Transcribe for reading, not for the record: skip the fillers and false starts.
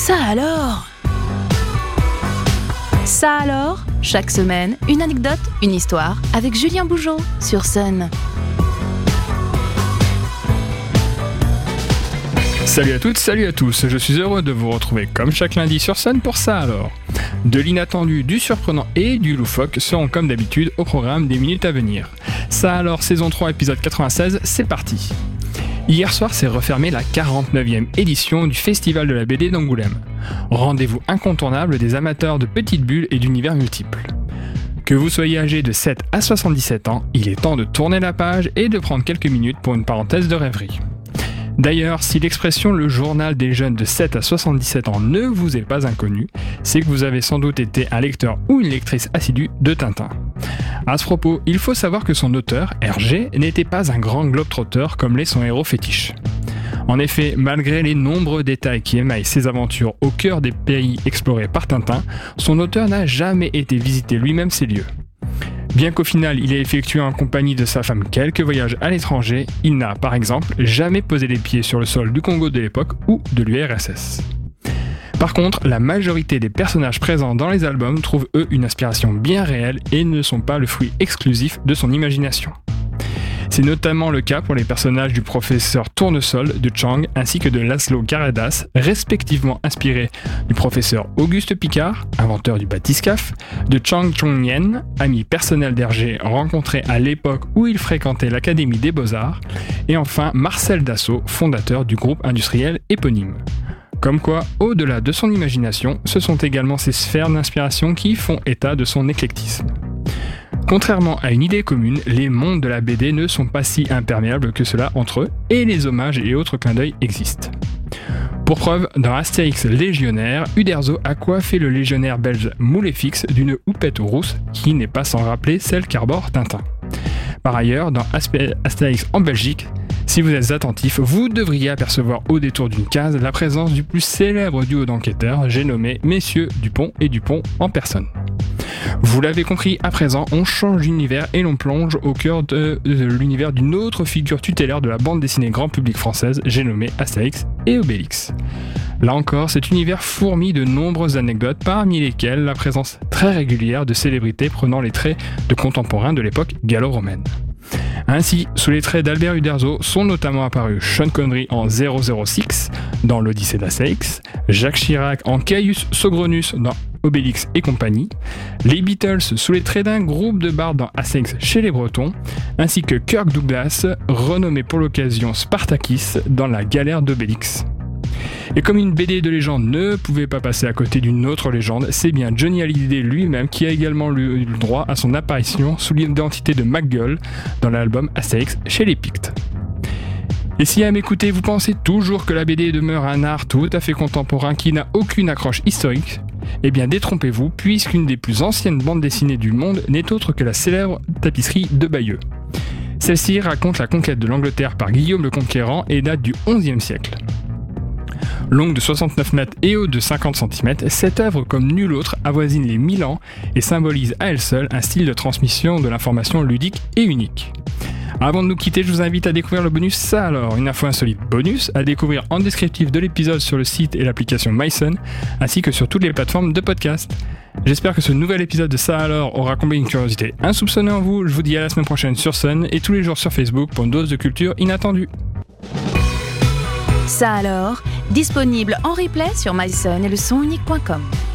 Ça alors ? Ça alors ? Chaque semaine, une anecdote, une histoire avec Julien Bougeaud sur Sun. Salut à toutes, salut à tous, je suis heureux de vous retrouver comme chaque lundi sur Sun pour Ça alors. De l'inattendu, du surprenant et du loufoque seront comme d'habitude au programme des minutes à venir. Ça alors, saison 3, épisode 96, c'est parti. Hier soir s'est refermée la 49e édition du Festival de la BD d'Angoulême. Rendez-vous incontournable des amateurs de petites bulles et d'univers multiples. Que vous soyez âgé de 7 à 77 ans, il est temps de tourner la page et de prendre quelques minutes pour une parenthèse de rêverie. D'ailleurs, si l'expression « le journal des jeunes de 7 à 77 ans » ne vous est pas inconnue, c'est que vous avez sans doute été un lecteur ou une lectrice assidue de Tintin. À ce propos, il faut savoir que son auteur, Hergé, n'était pas un grand globe-trotter comme l'est son héros fétiche. En effet, malgré les nombreux détails qui émaillent ses aventures au cœur des pays explorés par Tintin, son auteur n'a jamais été visiter lui-même ces lieux. Bien qu'au final il ait effectué en compagnie de sa femme quelques voyages à l'étranger, il n'a, par exemple, jamais posé les pieds sur le sol du Congo de l'époque ou de l'URSS. Par contre, la majorité des personnages présents dans les albums trouvent eux une inspiration bien réelle et ne sont pas le fruit exclusif de son imagination. C'est notamment le cas pour les personnages du professeur Tournesol de Chang ainsi que de Laszlo Karadas, respectivement inspirés du professeur Auguste Piccard, inventeur du bathyscaphe, de Chang Chong-yen, ami personnel d'Hergé rencontré à l'époque où il fréquentait l'Académie des Beaux-Arts, et enfin Marcel Dassault, fondateur du groupe industriel éponyme. Comme quoi, au-delà de son imagination, ce sont également ces sphères d'inspiration qui font état de son éclectisme. Contrairement à une idée commune, les mondes de la BD ne sont pas si imperméables que cela entre eux, et les hommages et autres clins d'œil existent. Pour preuve, dans Astérix Légionnaire, Uderzo a coiffé le légionnaire belge Mouléfix d'une houppette rousse qui n'est pas sans rappeler celle qu'arbore Tintin. Par ailleurs, dans Astérix en Belgique, si vous êtes attentif, vous devriez apercevoir au détour d'une case la présence du plus célèbre duo d'enquêteurs, j'ai nommé Messieurs Dupont et Dupont en personne. Vous l'avez compris, à présent, on change d'univers et l'on plonge au cœur de l'univers d'une autre figure tutélaire de la bande dessinée grand public française, j'ai nommé Astérix et Obélix. Là encore, cet univers fourmille de nombreuses anecdotes, parmi lesquelles la présence très régulière de célébrités prenant les traits de contemporains de l'époque gallo-romaine. Ainsi, sous les traits d'Albert Uderzo sont notamment apparus Sean Connery en 006 dans l'Odyssée d'Astérix, Jacques Chirac en Caius Sogronus dans Obélix et compagnie, les Beatles sous les traits d'un groupe de bardes dans Astérix chez les Bretons, ainsi que Kirk Douglas, renommé pour l'occasion Spartakis dans La Galère d'Obélix. Et comme une BD de légende ne pouvait pas passer à côté d'une autre légende, c'est bien Johnny Hallyday lui-même qui a également eu le droit à son apparition sous l'identité de McGull dans l'album Astérix chez les Pictes. Et si à m'écouter vous pensez toujours que la BD demeure un art tout à fait contemporain qui n'a aucune accroche historique, eh bien détrompez-vous puisqu'une des plus anciennes bandes dessinées du monde n'est autre que la célèbre tapisserie de Bayeux. Celle-ci raconte la conquête de l'Angleterre par Guillaume le Conquérant et date du XIe siècle. Longue de 69 mètres et haute de 50 cm, cette œuvre comme nulle autre avoisine les 1000 ans et symbolise à elle seule un style de transmission de l'information ludique et unique. Avant de nous quitter, je vous invite à découvrir le bonus Ça alors, une info insolite bonus à découvrir en descriptif de l'épisode sur le site et l'application mySun, ainsi que sur toutes les plateformes de podcast. J'espère que ce nouvel épisode de Ça alors aura comblé une curiosité insoupçonnée en vous. Je vous dis à la semaine prochaine sur Sun et tous les jours sur Facebook pour une dose de culture inattendue. Ça alors, disponible en replay sur mysun et le sonunique.com.